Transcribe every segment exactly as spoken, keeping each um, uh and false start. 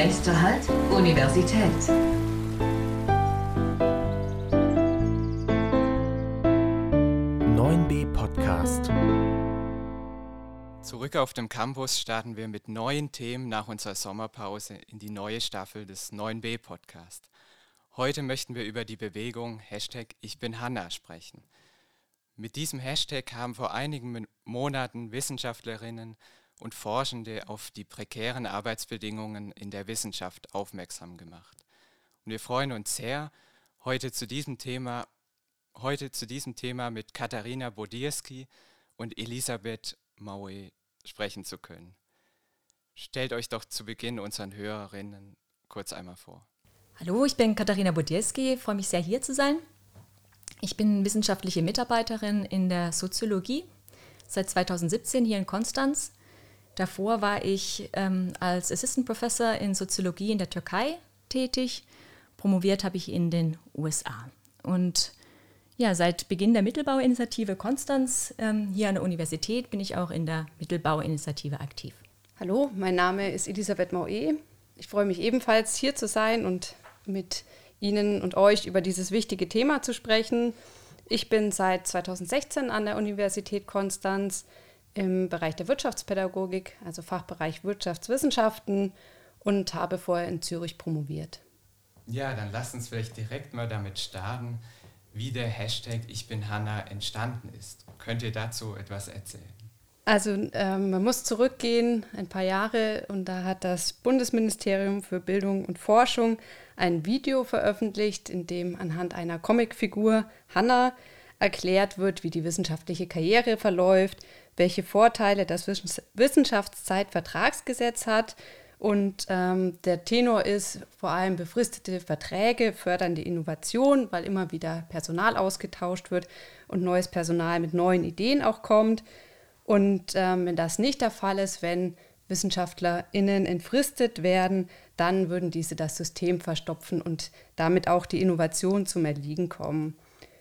Meisterhalt Universität. neun b Podcast. Zurück auf dem Campus starten wir mit neuen Themen nach unserer Sommerpause in die neue Staffel des neun b Podcast. Heute möchten wir über die Bewegung Hashtag Ich bin Hanna sprechen. Mit diesem Hashtag haben vor einigen Monaten Wissenschaftlerinnen und Forschende auf die prekären Arbeitsbedingungen in der Wissenschaft aufmerksam gemacht. Und wir freuen uns sehr, heute zu diesem Thema, heute zu diesem Thema mit Katharina Bodierski und Elisabeth Maue sprechen zu können. Stellt euch doch zu Beginn unseren Hörerinnen kurz einmal vor. Hallo, ich bin Katharina Bodierski, freue mich sehr, hier zu sein. Ich bin wissenschaftliche Mitarbeiterin in der Soziologie seit zweitausendsiebzehn hier in Konstanz. Davor war ich ähm, als Assistant Professor in Soziologie in der Türkei tätig. Promoviert habe ich in den U S A. Und ja, seit Beginn der Mittelbauinitiative Konstanz ähm, hier an der Universität bin ich auch in der Mittelbauinitiative aktiv. Hallo, mein Name ist Elisabeth Maue. Ich freue mich ebenfalls, hier zu sein und mit Ihnen und euch über dieses wichtige Thema zu sprechen. Ich bin seit zweitausendsechzehn an der Universität Konstanz im Bereich der Wirtschaftspädagogik, also Fachbereich Wirtschaftswissenschaften, und habe vorher in Zürich promoviert. Ja, dann lasst uns vielleicht direkt mal damit starten, wie der Hashtag Ich bin Hanna entstanden ist. Könnt ihr dazu etwas erzählen? Also ähm, man muss zurückgehen ein paar Jahre, und da hat das Bundesministerium für Bildung und Forschung ein Video veröffentlicht, in dem anhand einer Comicfigur Hanna erklärt wird, wie die wissenschaftliche Karriere verläuft, welche Vorteile das Wissenschaftszeitvertragsgesetz hat. Und ähm, der Tenor ist vor allem befristete Verträge fördern die Innovation, weil immer wieder Personal ausgetauscht wird und neues Personal mit neuen Ideen auch kommt. Und ähm, wenn das nicht der Fall ist, wenn WissenschaftlerInnen entfristet werden, dann würden diese das System verstopfen und damit auch die Innovation zum Erliegen kommen.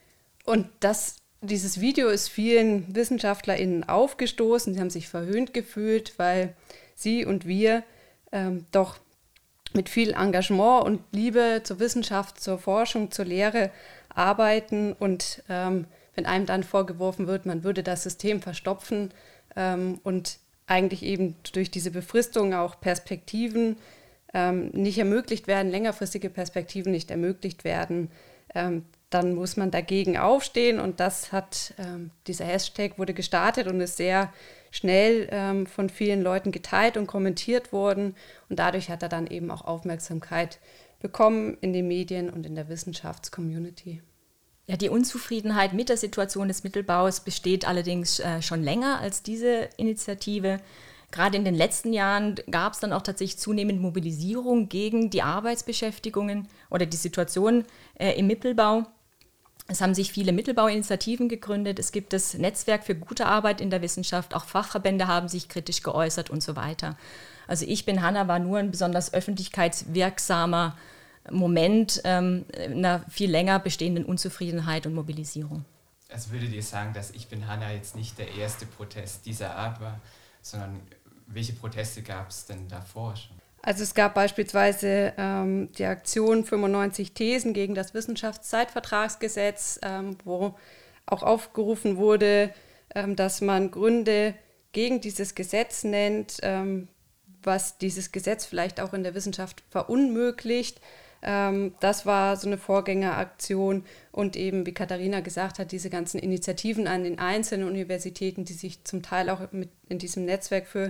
Und das, dieses Video ist vielen WissenschaftlerInnen aufgestoßen. Sie haben sich verhöhnt gefühlt, weil sie und wir ähm, doch mit viel Engagement und Liebe zur Wissenschaft, zur Forschung, zur Lehre arbeiten. Und ähm, wenn einem dann vorgeworfen wird, man würde das System verstopfen ähm, und eigentlich eben durch diese Befristung auch Perspektiven ähm, nicht ermöglicht werden, längerfristige Perspektiven nicht ermöglicht werden, ähm, dann muss man dagegen aufstehen. Und das hat, ähm, dieser Hashtag wurde gestartet und ist sehr schnell ähm, von vielen Leuten geteilt und kommentiert worden. Und dadurch hat er dann eben auch Aufmerksamkeit bekommen in den Medien und in der Wissenschaftscommunity. Ja, die Unzufriedenheit mit der Situation des Mittelbaus besteht allerdings äh, schon länger als diese Initiative. Gerade in den letzten Jahren gab es dann auch tatsächlich zunehmend Mobilisierung gegen die Arbeitsbeschäftigungen oder die Situation äh, im Mittelbau. Es haben sich viele Mittelbauinitiativen gegründet. Es gibt das Netzwerk für gute Arbeit in der Wissenschaft. Auch Fachverbände haben sich kritisch geäußert und so weiter. Also Ich bin Hanna war nur ein besonders öffentlichkeitswirksamer Moment ähm, einer viel länger bestehenden Unzufriedenheit und Mobilisierung. Also würdet ihr sagen, dass Ich bin Hanna jetzt nicht der erste Protest dieser Art war, sondern welche Proteste gab es denn davor schon? Also es gab beispielsweise ähm, die Aktion fünfundneunzig Thesen gegen das Wissenschaftszeitvertragsgesetz, ähm, wo auch aufgerufen wurde, ähm, dass man Gründe gegen dieses Gesetz nennt, ähm, was dieses Gesetz vielleicht auch in der Wissenschaft verunmöglicht. Ähm, das war so eine Vorgängeraktion, und eben, wie Katharina gesagt hat, diese ganzen Initiativen an den einzelnen Universitäten, die sich zum Teil auch mit in diesem Netzwerk für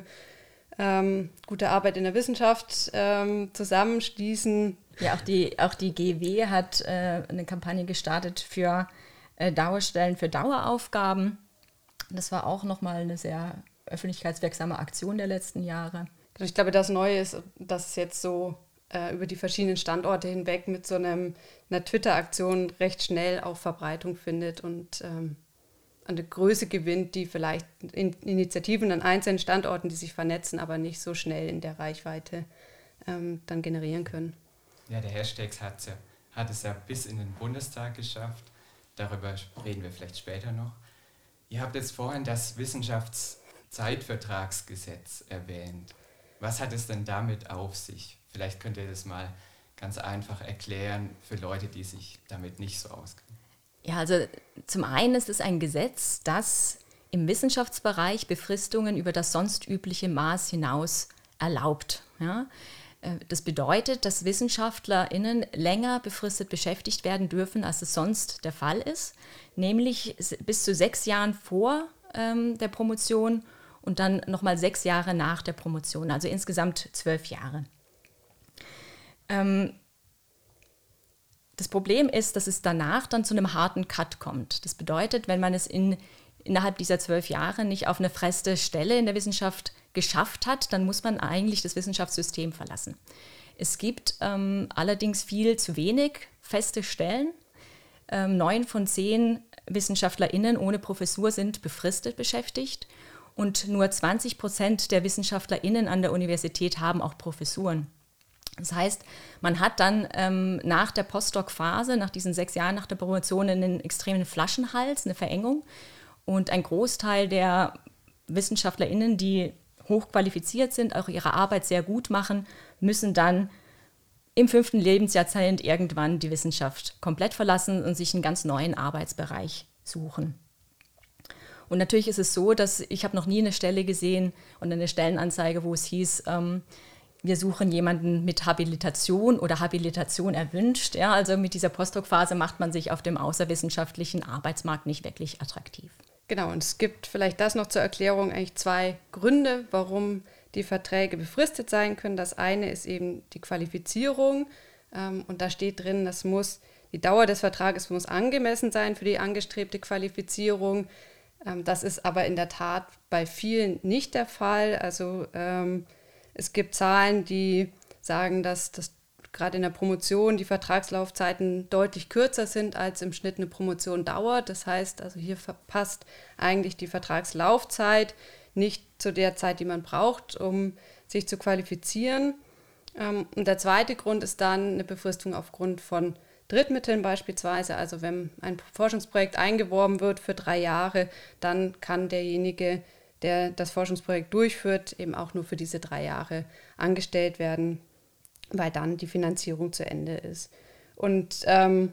ähm, gute Arbeit in der Wissenschaft ähm, zusammenschließen. Ja, auch die, auch die G W hat äh, eine Kampagne gestartet für äh, Dauerstellen, für Daueraufgaben. Das war auch nochmal eine sehr öffentlichkeitswirksame Aktion der letzten Jahre. Ich glaube, das Neue ist, dass es jetzt so äh, über die verschiedenen Standorte hinweg mit so einem, einer Twitter-Aktion recht schnell auch Verbreitung findet und ähm, eine Größe gewinnt, die vielleicht in Initiativen an einzelnen Standorten, die sich vernetzen, aber nicht so schnell in der Reichweite ähm, dann generieren können. Ja, der Hashtag hat, ja, hat es ja bis in den Bundestag geschafft. Darüber reden wir vielleicht später noch. Ihr habt jetzt vorhin das Wissenschaftszeitvertragsgesetz erwähnt. Was hat es denn damit auf sich? Vielleicht könnt ihr das mal ganz einfach erklären für Leute, die sich damit nicht so auskennen. Ja, also zum einen ist es ein Gesetz, das im Wissenschaftsbereich Befristungen über das sonst übliche Maß hinaus erlaubt. Ja? Das bedeutet, dass WissenschaftlerInnen länger befristet beschäftigt werden dürfen, als es sonst der Fall ist, nämlich bis zu sechs Jahren vor ähm, der Promotion und dann nochmal sechs Jahre nach der Promotion, also insgesamt zwölf Jahre. Ähm, das Problem ist, dass es danach dann zu einem harten Cut kommt. Das bedeutet, wenn man es in, innerhalb dieser zwölf Jahre nicht auf eine feste Stelle in der Wissenschaft geschafft hat, dann muss man eigentlich das Wissenschaftssystem verlassen. Es gibt ähm, allerdings viel zu wenig feste Stellen. Ähm, neun von zehn WissenschaftlerInnen ohne Professur sind befristet beschäftigt und nur zwanzig Prozent der WissenschaftlerInnen an der Universität haben auch Professuren. Das heißt, man hat dann ähm, nach der Postdoc-Phase, nach diesen sechs Jahren nach der Promotion, einen extremen Flaschenhals, eine Verengung. Und ein Großteil der WissenschaftlerInnen, die hochqualifiziert sind, auch ihre Arbeit sehr gut machen, müssen dann im fünften Lebensjahrzehnt irgendwann die Wissenschaft komplett verlassen und sich einen ganz neuen Arbeitsbereich suchen. Und natürlich ist es so, dass ich habe noch nie eine Stelle gesehen und eine Stellenanzeige, wo es hieß, ähm, wir suchen jemanden mit Habilitation oder Habilitation erwünscht. Ja, also mit dieser Postdoc-Phase macht man sich auf dem außerwissenschaftlichen Arbeitsmarkt nicht wirklich attraktiv. Genau, und es gibt vielleicht das noch zur Erklärung eigentlich zwei Gründe, warum die Verträge befristet sein können. Das eine ist eben die Qualifizierung ähm, und da steht drin, das muss, die Dauer des Vertrages muss angemessen sein für die angestrebte Qualifizierung. Ähm, das ist aber in der Tat bei vielen nicht der Fall. Also ähm, es gibt Zahlen, die sagen, dass das gerade in der Promotion die Vertragslaufzeiten deutlich kürzer sind, als im Schnitt eine Promotion dauert. Das heißt, also hier passt eigentlich die Vertragslaufzeit nicht zu der Zeit, die man braucht, um sich zu qualifizieren. Und der zweite Grund ist dann eine Befristung aufgrund von Drittmitteln beispielsweise. Also wenn ein Forschungsprojekt eingeworben wird für drei Jahre, dann kann derjenige, der das Forschungsprojekt durchführt, eben auch nur für diese drei Jahre angestellt werden, weil dann die Finanzierung zu Ende ist. Und ähm,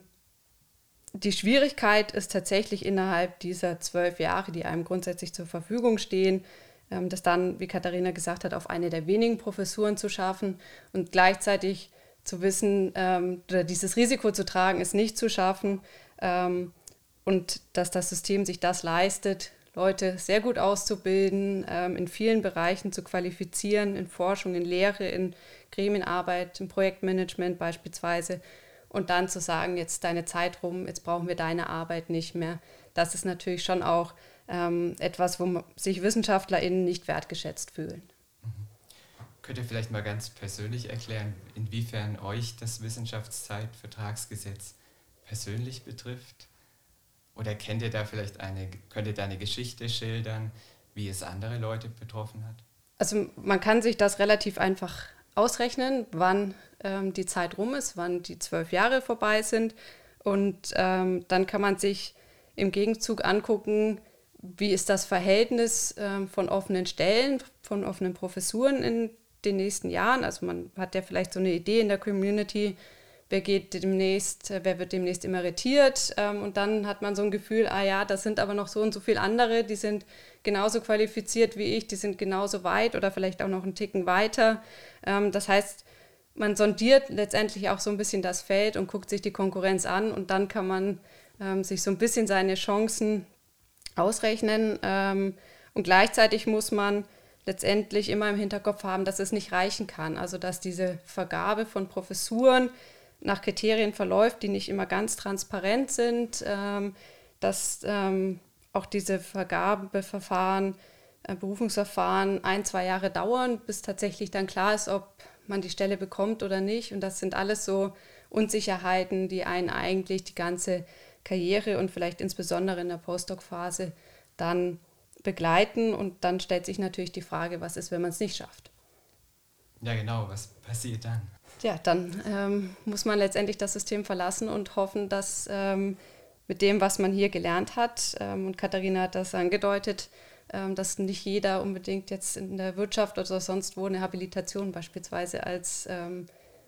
die Schwierigkeit ist tatsächlich innerhalb dieser zwölf Jahre, die einem grundsätzlich zur Verfügung stehen, ähm, das dann, wie Katharina gesagt hat, auf eine der wenigen Professuren zu schaffen und gleichzeitig zu wissen, ähm, oder dieses Risiko zu tragen, es nicht zu schaffen ähm, und dass das System sich das leistet, Leute sehr gut auszubilden, ähm, in vielen Bereichen zu qualifizieren, in Forschung, in Lehre, in Gremienarbeit, im Projektmanagement beispielsweise und dann zu sagen, jetzt deine Zeit rum, jetzt brauchen wir deine Arbeit nicht mehr. Das ist natürlich schon auch ähm, etwas, wo sich WissenschaftlerInnen nicht wertgeschätzt fühlen. Mhm. Könnt ihr vielleicht mal ganz persönlich erklären, inwiefern euch das Wissenschaftszeitvertragsgesetz persönlich betrifft? Oder kennt ihr da vielleicht eine, könnt ihr da eine Geschichte schildern, wie es andere Leute betroffen hat? Also man kann sich das relativ einfach ausrechnen, wann ähm, die Zeit rum ist, wann die zwölf Jahre vorbei sind. Und ähm, dann kann man sich im Gegenzug angucken, wie ist das Verhältnis ähm, von offenen Stellen, von offenen Professuren in den nächsten Jahren. Also man hat ja vielleicht so eine Idee in der Community, wer geht demnächst, wer wird demnächst emeritiert. Ähm, und dann hat man so ein Gefühl, ah ja, das sind aber noch so und so viele andere, die sind genauso qualifiziert wie ich, die sind genauso weit oder vielleicht auch noch einen Ticken weiter. Ähm, das heißt, man sondiert letztendlich auch so ein bisschen das Feld und guckt sich die Konkurrenz an und dann kann man ähm, sich so ein bisschen seine Chancen ausrechnen. Ähm, und gleichzeitig muss man letztendlich immer im Hinterkopf haben, dass es nicht reichen kann. Also dass diese Vergabe von Professuren nach Kriterien verläuft, die nicht immer ganz transparent sind, ähm, dass ähm, auch diese Vergabeverfahren, äh, Berufungsverfahren ein, zwei Jahre dauern, bis tatsächlich dann klar ist, ob man die Stelle bekommt oder nicht. Und das sind alles so Unsicherheiten, die einen eigentlich die ganze Karriere und vielleicht insbesondere in der Postdoc-Phase dann begleiten. Und dann stellt sich natürlich die Frage, was ist, wenn man es nicht schafft? Ja, genau, was passiert dann? Ja, dann ähm, muss man letztendlich das System verlassen und hoffen, dass ähm, mit dem, was man hier gelernt hat, ähm, und Katharina hat das angedeutet, ähm, dass nicht jeder unbedingt jetzt in der Wirtschaft oder sonst wo eine Habilitation beispielsweise als ähm,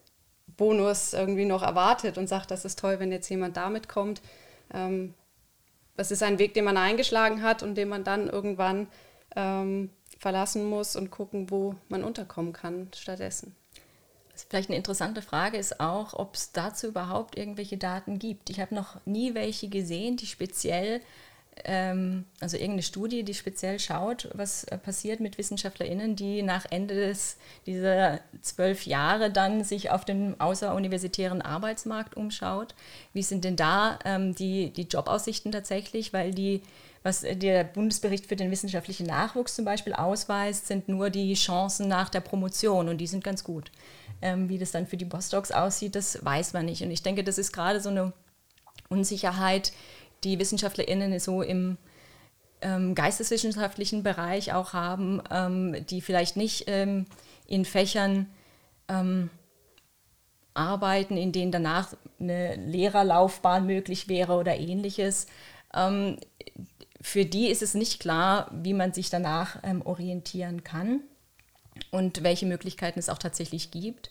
Bonus irgendwie noch erwartet und sagt, das ist toll, wenn jetzt jemand damit kommt. Ähm, das ist ein Weg, den man eingeschlagen hat und den man dann irgendwann ähm, verlassen muss und gucken, wo man unterkommen kann stattdessen. Vielleicht eine interessante Frage ist auch, ob es dazu überhaupt irgendwelche Daten gibt. Ich habe noch nie welche gesehen, die speziell, ähm, also irgendeine Studie, die speziell schaut, was äh, passiert mit WissenschaftlerInnen, die nach Ende des, dieser zwölf Jahre dann sich auf den außeruniversitären Arbeitsmarkt umschaut. Wie sind denn da ähm, die, die Jobaussichten tatsächlich? Weil die, was der Bundesbericht für den wissenschaftlichen Nachwuchs zum Beispiel ausweist, sind nur die Chancen nach der Promotion und die sind ganz gut. Ähm, wie das dann für die Postdocs aussieht, das weiß man nicht. Und ich denke, das ist gerade so eine Unsicherheit, die WissenschaftlerInnen so im ähm, geisteswissenschaftlichen Bereich auch haben, ähm, die vielleicht nicht ähm, in Fächern ähm, arbeiten, in denen danach eine Lehrerlaufbahn möglich wäre oder ähnliches. Ähm, für die ist es nicht klar, wie man sich danach ähm, orientieren kann und welche Möglichkeiten es auch tatsächlich gibt.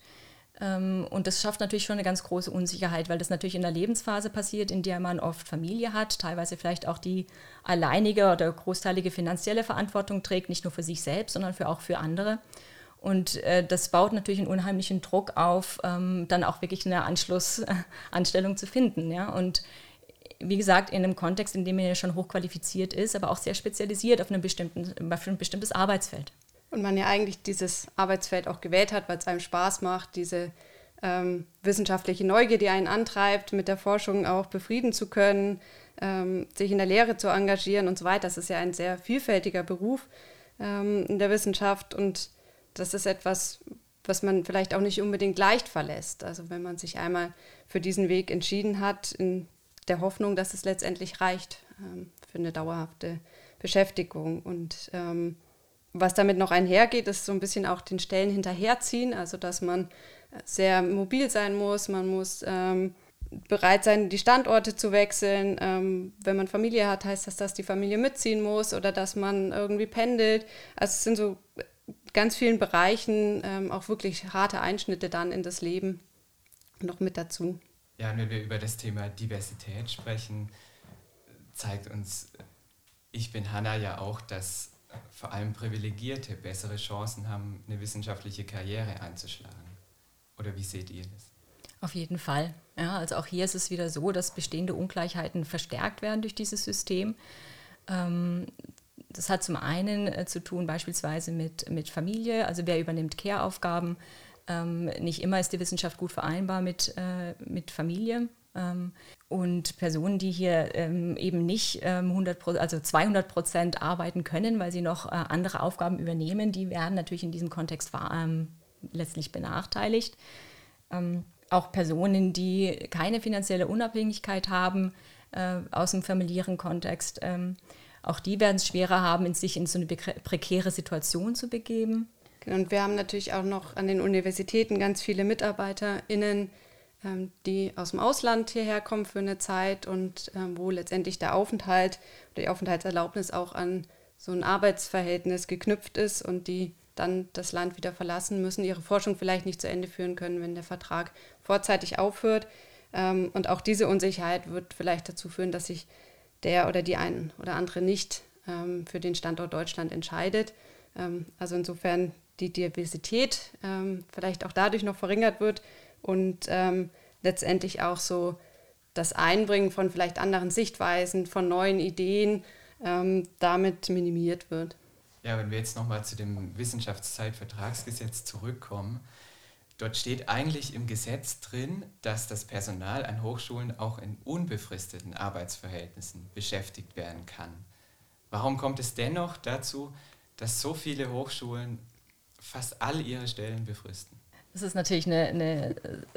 Und das schafft natürlich schon eine ganz große Unsicherheit, weil das natürlich in der Lebensphase passiert, in der man oft Familie hat, teilweise vielleicht auch die alleinige oder großteilige finanzielle Verantwortung trägt, nicht nur für sich selbst, sondern für, auch für andere. Und äh, das baut natürlich einen unheimlichen Druck auf, ähm, dann auch wirklich eine Anschlussanstellung zu finden. Ja? Und wie gesagt, in einem Kontext, in dem man ja schon hochqualifiziert ist, aber auch sehr spezialisiert auf, einen bestimmten, auf ein bestimmtes Arbeitsfeld. Und man ja eigentlich dieses Arbeitsfeld auch gewählt hat, weil es einem Spaß macht, diese ähm, wissenschaftliche Neugier, die einen antreibt, mit der Forschung auch befrieden zu können, ähm, sich in der Lehre zu engagieren und so weiter. Das ist ja ein sehr vielfältiger Beruf ähm, in der Wissenschaft und das ist etwas, was man vielleicht auch nicht unbedingt leicht verlässt. Also wenn man sich einmal für diesen Weg entschieden hat, in der Hoffnung, dass es letztendlich reicht ähm, für eine dauerhafte Beschäftigung. Und ähm, was damit noch einhergeht, ist so ein bisschen auch den Stellen hinterherziehen, also dass man sehr mobil sein muss, man muss ähm, bereit sein, die Standorte zu wechseln. Ähm, wenn man Familie hat, heißt das, dass die Familie mitziehen muss oder dass man irgendwie pendelt. Also es sind so ganz vielen Bereichen ähm, auch wirklich harte Einschnitte dann in das Leben noch mit dazu. Ja, und wenn wir über das Thema Diversität sprechen, zeigt uns Ich bin Hanna ja auch, dass vor allem Privilegierte bessere Chancen haben, eine wissenschaftliche Karriere einzuschlagen. Oder wie seht ihr das? Auf jeden Fall. Ja, also auch hier ist es wieder so, dass bestehende Ungleichheiten verstärkt werden durch dieses System. Ähm, das hat zum einen äh, zu tun beispielsweise mit, mit Familie, also wer übernimmt Care-Aufgaben. Ähm, nicht immer ist die Wissenschaft gut vereinbar mit, äh, mit Familie. Ähm, und Personen, die hier ähm, eben nicht ähm, hundert Prozent, also zweihundert Prozent arbeiten können, weil sie noch äh, andere Aufgaben übernehmen, die werden natürlich in diesem Kontext ähm, letztlich benachteiligt. Ähm, auch Personen, die keine finanzielle Unabhängigkeit haben äh, aus dem familiären Kontext, ähm, auch die werden es schwerer haben, sich in so eine prekäre Situation zu begeben. Und wir haben natürlich auch noch an den Universitäten ganz viele MitarbeiterInnen, die aus dem Ausland hierher kommen für eine Zeit und ähm, wo letztendlich der Aufenthalt oder die Aufenthaltserlaubnis auch an so ein Arbeitsverhältnis geknüpft ist und die dann das Land wieder verlassen müssen, ihre Forschung vielleicht nicht zu Ende führen können, wenn der Vertrag vorzeitig aufhört. Ähm, und auch diese Unsicherheit wird vielleicht dazu führen, dass sich der oder die ein oder andere nicht ähm, für den Standort Deutschland entscheidet. Ähm, also insofern die Diversität ähm, vielleicht auch dadurch noch verringert wird, und ähm, letztendlich auch so das Einbringen von vielleicht anderen Sichtweisen, von neuen Ideen ähm, damit minimiert wird. Ja, wenn wir jetzt nochmal zu dem Wissenschaftszeitvertragsgesetz zurückkommen, dort steht eigentlich im Gesetz drin, dass das Personal an Hochschulen auch in unbefristeten Arbeitsverhältnissen beschäftigt werden kann. Warum kommt es dennoch dazu, dass so viele Hochschulen fast all ihre Stellen befristen? Das ist natürlich eine, eine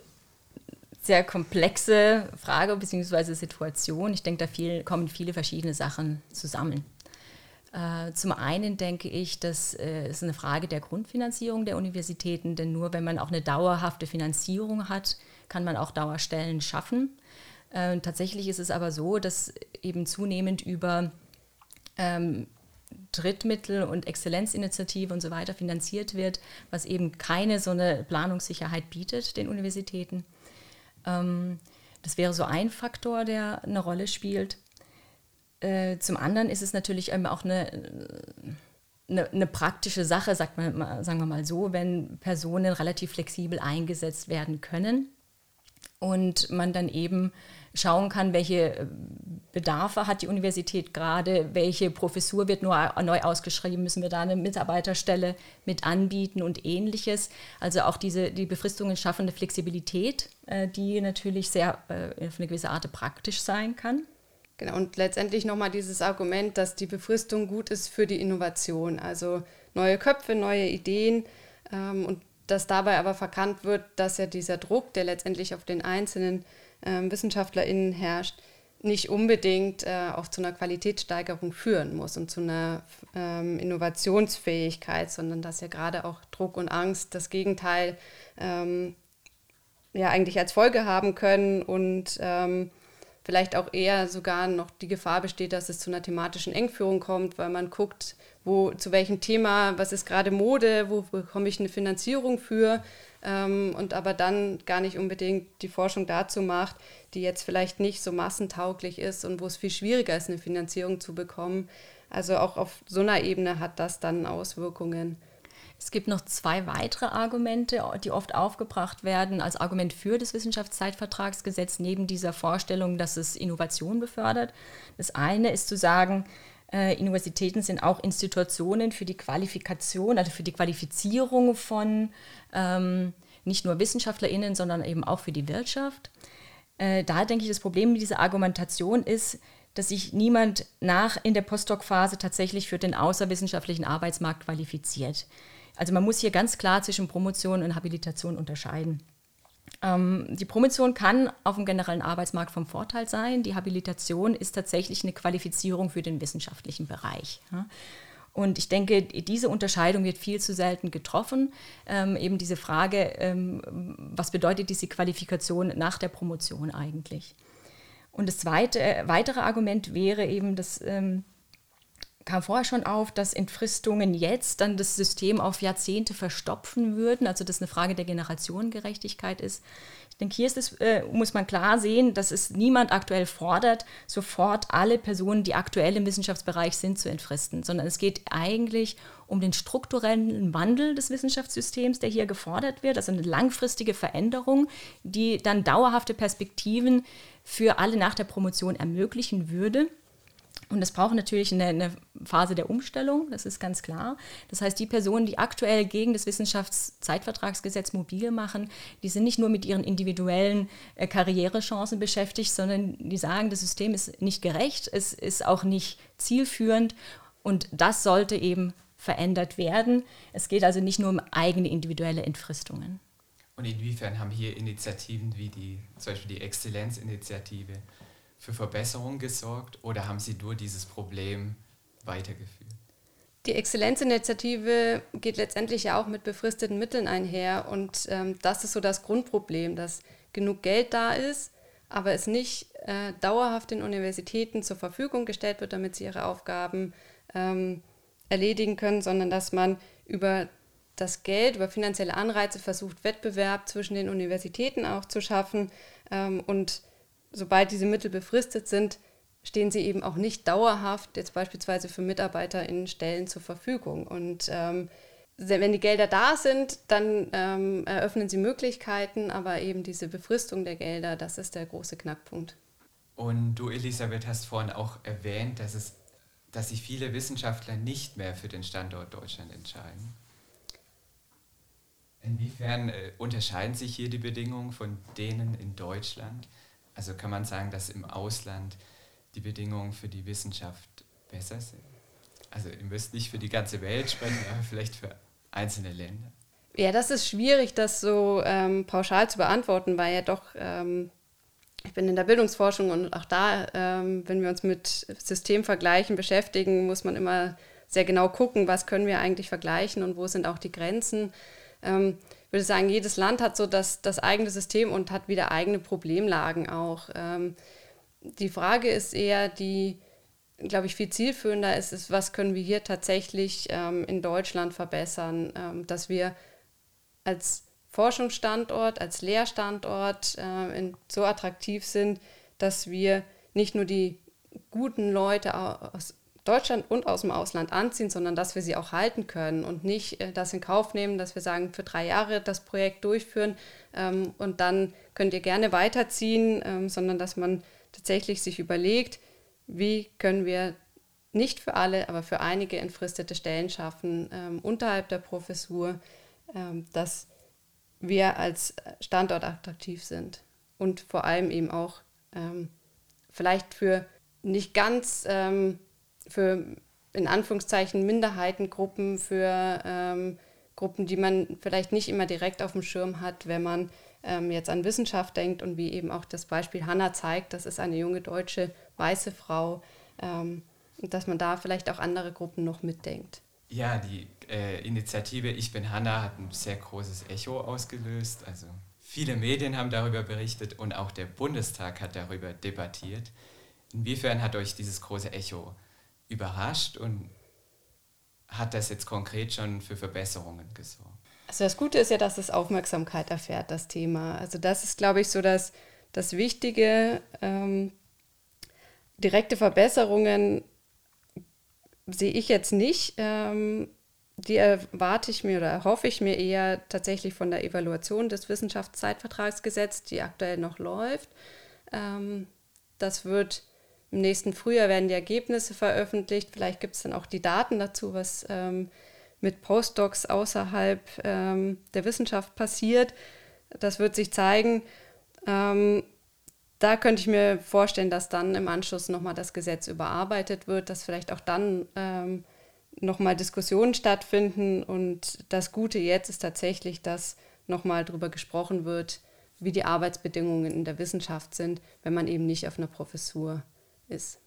sehr komplexe Frage bzw. Situation. Ich denke, da viel, kommen viele verschiedene Sachen zusammen. Äh, zum einen denke ich, das äh, ist eine Frage der Grundfinanzierung der Universitäten, denn nur wenn man auch eine dauerhafte Finanzierung hat, kann man auch Dauerstellen schaffen. Äh, tatsächlich ist es aber so, dass eben zunehmend über ähm, Drittmittel und Exzellenzinitiative und so weiter finanziert wird, was eben keine so eine Planungssicherheit bietet den Universitäten. Ähm, das wäre so ein Faktor, der eine Rolle spielt. Äh, zum anderen ist es natürlich eben auch eine, eine, eine praktische Sache, sagt man, sagen wir mal so, wenn Personen relativ flexibel eingesetzt werden können und man dann eben schauen kann, welche Bedarfe hat die Universität gerade, welche Professur wird nur neu ausgeschrieben, müssen wir da eine Mitarbeiterstelle mit anbieten und Ähnliches. Also auch diese, die Befristungen schaffen eine Flexibilität, die natürlich sehr äh, auf eine gewisse Art praktisch sein kann. Genau, und letztendlich nochmal dieses Argument, dass die Befristung gut ist für die Innovation, also neue Köpfe, neue Ideen ähm, und dass dabei aber verkannt wird, dass ja dieser Druck, der letztendlich auf den einzelnen ähm, WissenschaftlerInnen herrscht, nicht unbedingt äh, auch zu einer Qualitätssteigerung führen muss und zu einer ähm, Innovationsfähigkeit, sondern dass ja gerade auch Druck und Angst das Gegenteil ähm, ja eigentlich als Folge haben können und ähm, vielleicht auch eher sogar noch die Gefahr besteht, dass es zu einer thematischen Engführung kommt, weil man guckt, wo, zu welchem Thema, was ist gerade Mode, wo bekomme ich eine Finanzierung für ähm, und aber dann gar nicht unbedingt die Forschung dazu macht, die jetzt vielleicht nicht so massentauglich ist und wo es viel schwieriger ist, eine Finanzierung zu bekommen. Also auch auf so einer Ebene hat das dann Auswirkungen. Es gibt noch zwei weitere Argumente, die oft aufgebracht werden als Argument für das Wissenschaftszeitvertragsgesetz, neben dieser Vorstellung, dass es Innovation befördert. Das eine ist zu sagen, äh, Universitäten sind auch Institutionen für die Qualifikation, also für die Qualifizierung von ähm, nicht nur WissenschaftlerInnen, sondern eben auch für die Wirtschaft. Äh, da denke ich, das Problem mit dieser Argumentation ist, dass sich niemand nach in der Postdoc-Phase tatsächlich für den außerwissenschaftlichen Arbeitsmarkt qualifiziert. Also man muss hier ganz klar zwischen Promotion und Habilitation unterscheiden. Ähm, die Promotion kann auf dem generellen Arbeitsmarkt vom Vorteil sein. Die Habilitation ist tatsächlich eine Qualifizierung für den wissenschaftlichen Bereich. Ja. Und ich denke, diese Unterscheidung wird viel zu selten getroffen. Ähm, eben diese Frage, ähm, was bedeutet diese Qualifikation nach der Promotion eigentlich? Und das zweite, äh, weitere Argument wäre eben, dass ähm, kam vorher schon auf, dass Entfristungen jetzt dann das System auf Jahrzehnte verstopfen würden, also dass eine Frage der Generationengerechtigkeit ist. Ich denke, hier ist es, äh, muss man klar sehen, dass es niemand aktuell fordert, sofort alle Personen, die aktuell im Wissenschaftsbereich sind, zu entfristen, sondern es geht eigentlich um den strukturellen Wandel des Wissenschaftssystems, der hier gefordert wird, also eine langfristige Veränderung, die dann dauerhafte Perspektiven für alle nach der Promotion ermöglichen würde. Und es braucht natürlich eine, eine Phase der Umstellung, das ist ganz klar. Das heißt, die Personen, die aktuell gegen das Wissenschaftszeitvertragsgesetz mobil machen, die sind nicht nur mit ihren individuellen äh, Karrierechancen beschäftigt, sondern die sagen, das System ist nicht gerecht, es ist auch nicht zielführend und das sollte eben verändert werden. Es geht also nicht nur um eigene individuelle Entfristungen. Und inwiefern haben hier Initiativen wie die, zum Beispiel die Exzellenzinitiative, für Verbesserungen gesorgt oder haben Sie nur dieses Problem weitergeführt? Die Exzellenzinitiative geht letztendlich ja auch mit befristeten Mitteln einher und ähm, das ist so das Grundproblem, dass genug Geld da ist, aber es nicht äh, dauerhaft den Universitäten zur Verfügung gestellt wird, damit sie ihre Aufgaben ähm, erledigen können, sondern dass man über das Geld, über finanzielle Anreize versucht, Wettbewerb zwischen den Universitäten auch zu schaffen ähm, und sobald diese Mittel befristet sind, stehen sie eben auch nicht dauerhaft jetzt beispielsweise für Mitarbeiter in Stellen zur Verfügung. Und ähm, wenn die Gelder da sind, dann ähm, eröffnen sie Möglichkeiten, aber eben diese Befristung der Gelder, das ist der große Knackpunkt. Und du, Elisabeth, hast vorhin auch erwähnt, dass, es, dass sich viele Wissenschaftler nicht mehr für den Standort Deutschland entscheiden. Inwiefern äh, unterscheiden sich hier die Bedingungen von denen in Deutschland? Also kann man sagen, dass im Ausland die Bedingungen für die Wissenschaft besser sind? Also ihr müsst nicht für die ganze Welt sprechen, aber vielleicht für einzelne Länder. Ja, das ist schwierig, das so ähm, pauschal zu beantworten, weil ja doch, ähm, ich bin in der Bildungsforschung und auch da, ähm, wenn wir uns mit Systemvergleichen beschäftigen, muss man immer sehr genau gucken, was können wir eigentlich vergleichen und wo sind auch die Grenzen. Ähm, ich würde sagen, jedes Land hat so das, das eigene System und hat wieder eigene Problemlagen auch. Ähm, die Frage ist eher die, glaube ich, viel zielführender ist, ist, was können wir hier tatsächlich ähm, in Deutschland verbessern, ähm, dass wir als Forschungsstandort, als Lehrstandort äh, in, so attraktiv sind, dass wir nicht nur die guten Leute aus Deutschland und aus dem Ausland anziehen, sondern dass wir sie auch halten können und nicht äh, das in Kauf nehmen, dass wir sagen, für drei Jahre das Projekt durchführen ähm, und dann könnt ihr gerne weiterziehen, ähm, sondern dass man tatsächlich sich überlegt, wie können wir nicht für alle, aber für einige entfristete Stellen schaffen ähm, unterhalb der Professur, ähm, dass wir als Standort attraktiv sind und vor allem eben auch ähm, vielleicht für nicht ganz, ähm, für in Anführungszeichen Minderheitengruppen, für ähm, Gruppen, die man vielleicht nicht immer direkt auf dem Schirm hat, wenn man ähm, jetzt an Wissenschaft denkt und wie eben auch das Beispiel Hanna zeigt, das ist eine junge deutsche weiße Frau, ähm, dass man da vielleicht auch andere Gruppen noch mitdenkt. Ja, die äh, Initiative Ich bin Hanna hat ein sehr großes Echo ausgelöst. Also viele Medien haben darüber berichtet und auch der Bundestag hat darüber debattiert. Inwiefern hat euch dieses große Echo überrascht und hat das jetzt konkret schon für Verbesserungen gesorgt? Also das Gute ist ja, dass es Aufmerksamkeit erfährt, das Thema. Also das ist, glaube ich, so das, das Wichtige. Ähm, direkte Verbesserungen sehe ich jetzt nicht. Ähm, die erwarte ich mir oder erhoffe ich mir eher tatsächlich von der Evaluation des Wissenschaftszeitvertragsgesetzes, die aktuell noch läuft. Ähm, das wird im nächsten Frühjahr werden die Ergebnisse veröffentlicht. Vielleicht gibt es dann auch die Daten dazu, was ähm, mit Postdocs außerhalb ähm, der Wissenschaft passiert. Das wird sich zeigen. Ähm, da könnte ich mir vorstellen, dass dann im Anschluss nochmal das Gesetz überarbeitet wird, dass vielleicht auch dann ähm, nochmal Diskussionen stattfinden. Und das Gute jetzt ist tatsächlich, dass nochmal darüber gesprochen wird, wie die Arbeitsbedingungen in der Wissenschaft sind, wenn man eben nicht auf einer Professur ist.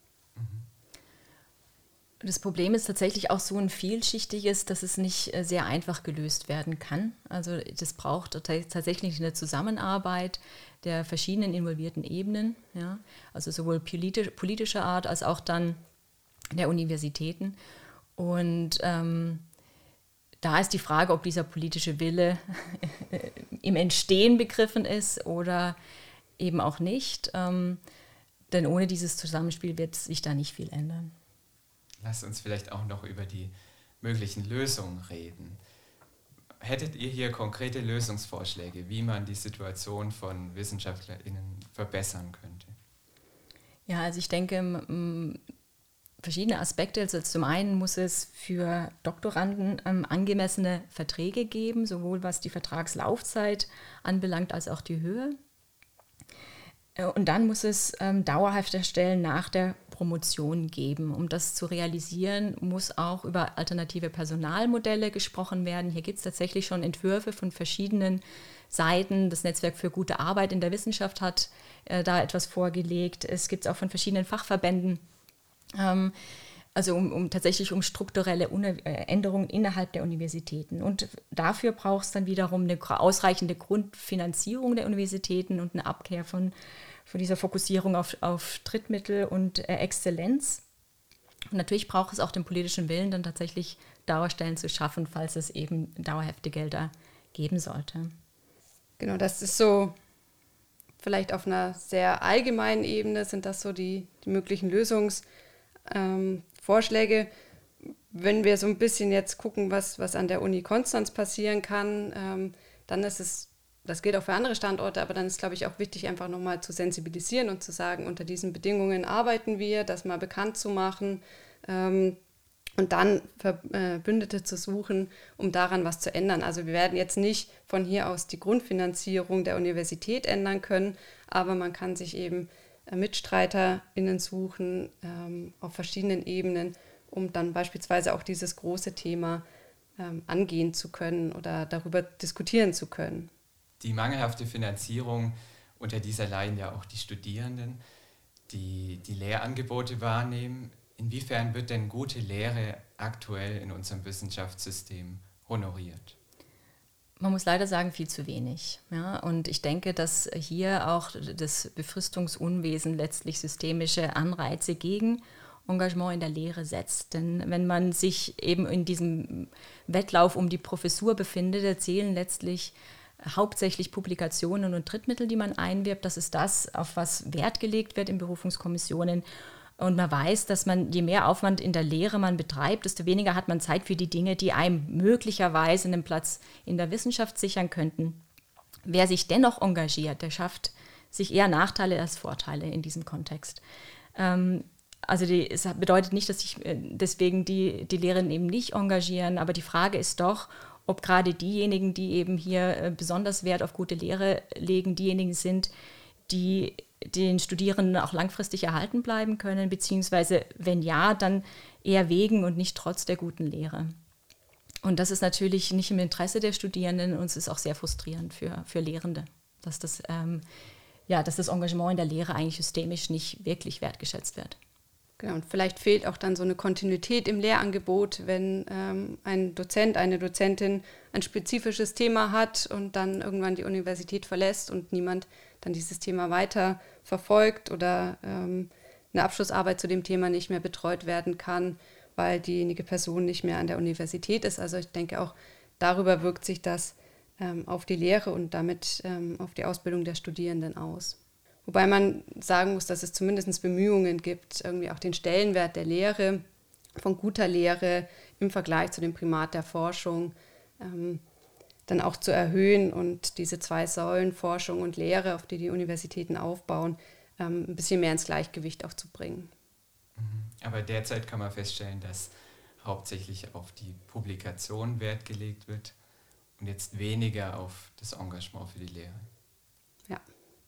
Das Problem ist tatsächlich auch so ein vielschichtiges, dass es nicht sehr einfach gelöst werden kann. Also das braucht tatsächlich eine Zusammenarbeit der verschiedenen involvierten Ebenen, ja? Also sowohl politisch, politischer Art als auch dann der Universitäten. Und ähm, da ist die Frage, ob dieser politische Wille im Entstehen begriffen ist oder eben auch nicht. Ähm, denn ohne dieses Zusammenspiel wird sich da nicht viel ändern. Lasst uns vielleicht auch noch über die möglichen Lösungen reden. Hättet ihr hier konkrete Lösungsvorschläge, wie man die Situation von WissenschaftlerInnen verbessern könnte? Ja, also ich denke, m- verschiedene Aspekte. Also zum einen muss es für Doktoranden ähm, angemessene Verträge geben, sowohl was die Vertragslaufzeit anbelangt, als auch die Höhe. Und dann muss es ähm, dauerhafte Stellen nach der Promotion geben. Um das zu realisieren, muss auch über alternative Personalmodelle gesprochen werden. Hier gibt es tatsächlich schon Entwürfe von verschiedenen Seiten. Das Netzwerk für gute Arbeit in der Wissenschaft hat äh, da etwas vorgelegt. Es gibt es auch von verschiedenen Fachverbänden. Ähm, also um, um tatsächlich um strukturelle Uni- äh, Änderungen innerhalb der Universitäten. Und dafür braucht es dann wiederum eine ausreichende Grundfinanzierung der Universitäten und eine Abkehr von von dieser Fokussierung auf, auf Drittmittel und äh, Exzellenz. Und natürlich braucht es auch den politischen Willen, dann tatsächlich Dauerstellen zu schaffen, falls es eben dauerhafte Gelder geben sollte. Genau, das ist so, vielleicht auf einer sehr allgemeinen Ebene sind das so die, die möglichen Lösungsvorschläge. Ähm, Wenn wir so ein bisschen jetzt gucken, was, was an der Uni Konstanz passieren kann, ähm, dann ist es, das gilt auch für andere Standorte, aber dann ist, glaube ich, auch wichtig, einfach nochmal zu sensibilisieren und zu sagen, unter diesen Bedingungen arbeiten wir, das mal bekannt zu machen ähm, und dann Verbündete zu suchen, um daran was zu ändern. Also wir werden jetzt nicht von hier aus die Grundfinanzierung der Universität ändern können, aber man kann sich eben MitstreiterInnen suchen ähm, auf verschiedenen Ebenen, um dann beispielsweise auch dieses große Thema ähm, angehen zu können oder darüber diskutieren zu können. Die mangelhafte Finanzierung, unter dieser leiden ja auch die Studierenden, die die Lehrangebote wahrnehmen. Inwiefern wird denn gute Lehre aktuell in unserem Wissenschaftssystem honoriert? Man muss leider sagen, viel zu wenig. Ja? Und ich denke, dass hier auch das Befristungsunwesen letztlich systemische Anreize gegen Engagement in der Lehre setzt. Denn wenn man sich eben in diesem Wettlauf um die Professur befindet, erzählen letztlich hauptsächlich Publikationen und Drittmittel, die man einwirbt. Das ist das, auf was Wert gelegt wird in Berufungskommissionen. Und man weiß, dass man, je mehr Aufwand in der Lehre man betreibt, desto weniger hat man Zeit für die Dinge, die einem möglicherweise einen Platz in der Wissenschaft sichern könnten. Wer sich dennoch engagiert, der schafft sich eher Nachteile als Vorteile in diesem Kontext. Ähm, also die, es bedeutet nicht, dass sich deswegen die, die Lehrenden eben nicht engagieren, aber die Frage ist doch, ob gerade diejenigen, die eben hier besonders Wert auf gute Lehre legen, diejenigen sind, die den Studierenden auch langfristig erhalten bleiben können, beziehungsweise wenn ja, dann eher wegen und nicht trotz der guten Lehre. Und das ist natürlich nicht im Interesse der Studierenden und es ist auch sehr frustrierend für, für Lehrende, dass das, ähm, ja, dass das Engagement in der Lehre eigentlich systemisch nicht wirklich wertgeschätzt wird. Genau, und vielleicht fehlt auch dann so eine Kontinuität im Lehrangebot, wenn ähm, ein Dozent, eine Dozentin ein spezifisches Thema hat und dann irgendwann die Universität verlässt und niemand dann dieses Thema weiter verfolgt oder ähm, eine Abschlussarbeit zu dem Thema nicht mehr betreut werden kann, weil diejenige Person nicht mehr an der Universität ist. Also ich denke auch, darüber wirkt sich das ähm, auf die Lehre und damit ähm, auf die Ausbildung der Studierenden aus. Wobei man sagen muss, dass es zumindest Bemühungen gibt, irgendwie auch den Stellenwert der Lehre, von guter Lehre im Vergleich zu dem Primat der Forschung ähm, dann auch zu erhöhen und diese zwei Säulen, Forschung und Lehre, auf die die Universitäten aufbauen, ähm, ein bisschen mehr ins Gleichgewicht auch zu bringen. Aber derzeit kann man feststellen, dass hauptsächlich auf die Publikation Wert gelegt wird und jetzt weniger auf das Engagement für die Lehre. Ja.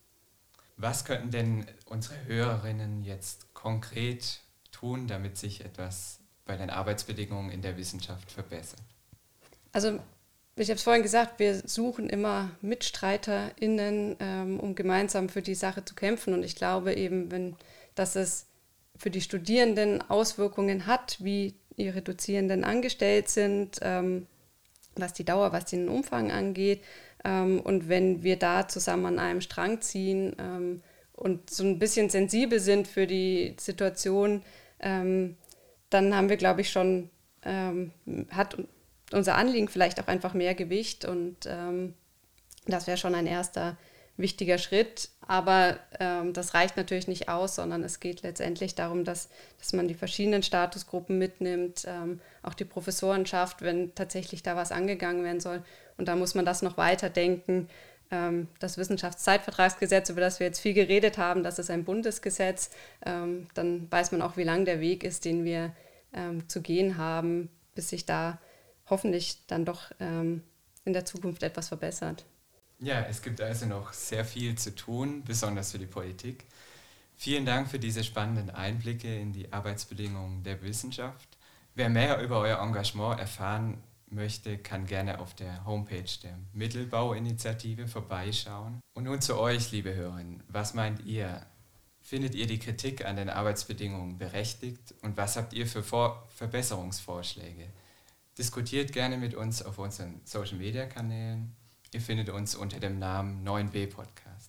Was könnten denn unsere Hörerinnen jetzt konkret tun, damit sich etwas bei den Arbeitsbedingungen in der Wissenschaft verbessert? Also ich habe es vorhin gesagt, wir suchen immer MitstreiterInnen, ähm, um gemeinsam für die Sache zu kämpfen. Und ich glaube eben, wenn, dass es für die Studierenden Auswirkungen hat, wie ihre Dozierenden angestellt sind, ähm, was die Dauer, was den Umfang angeht. Ähm, und wenn wir da zusammen an einem Strang ziehen ähm, und so ein bisschen sensibel sind für die Situation, ähm, dann haben wir, glaube ich, schon, ähm, hat unser Anliegen vielleicht auch einfach mehr Gewicht und ähm, das wäre schon ein erster wichtiger Schritt. Aber ähm, das reicht natürlich nicht aus, sondern es geht letztendlich darum, dass, dass man die verschiedenen Statusgruppen mitnimmt, ähm, auch die Professorenschaft, wenn tatsächlich da was angegangen werden soll. Und da muss man das noch weiterdenken. Ähm, das Wissenschaftszeitvertragsgesetz, über das wir jetzt viel geredet haben, das ist ein Bundesgesetz. Ähm, dann weiß man auch, wie lang der Weg ist, den wir ähm, zu gehen haben, bis sich da hoffentlich dann doch ähm, in der Zukunft etwas verbessert. Ja, es gibt also noch sehr viel zu tun, besonders für die Politik. Vielen Dank für diese spannenden Einblicke in die Arbeitsbedingungen der Wissenschaft. Wer mehr über euer Engagement erfahren möchte, kann gerne auf der Homepage der Mittelbau-Initiative vorbeischauen. Und nun zu euch, liebe Hörerinnen. Was meint ihr? Findet ihr die Kritik an den Arbeitsbedingungen berechtigt? Und was habt ihr für Vor- Verbesserungsvorschläge? Diskutiert gerne mit uns auf unseren Social-Media-Kanälen. Ihr findet uns unter dem Namen neun b Podcast.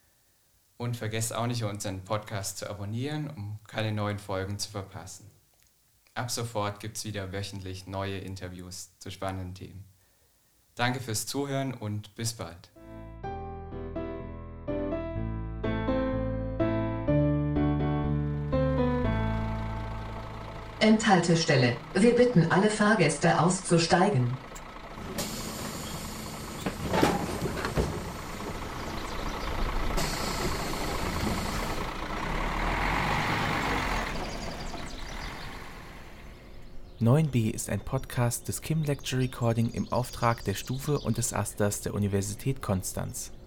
Und vergesst auch nicht, unseren Podcast zu abonnieren, um keine neuen Folgen zu verpassen. Ab sofort gibt es wieder wöchentlich neue Interviews zu spannenden Themen. Danke fürs Zuhören und bis bald. Endhaltestelle. Wir bitten alle Fahrgäste auszusteigen. neun b ist ein Podcast des Kim Lecture Recording im Auftrag der Stufe und des Asters der Universität Konstanz.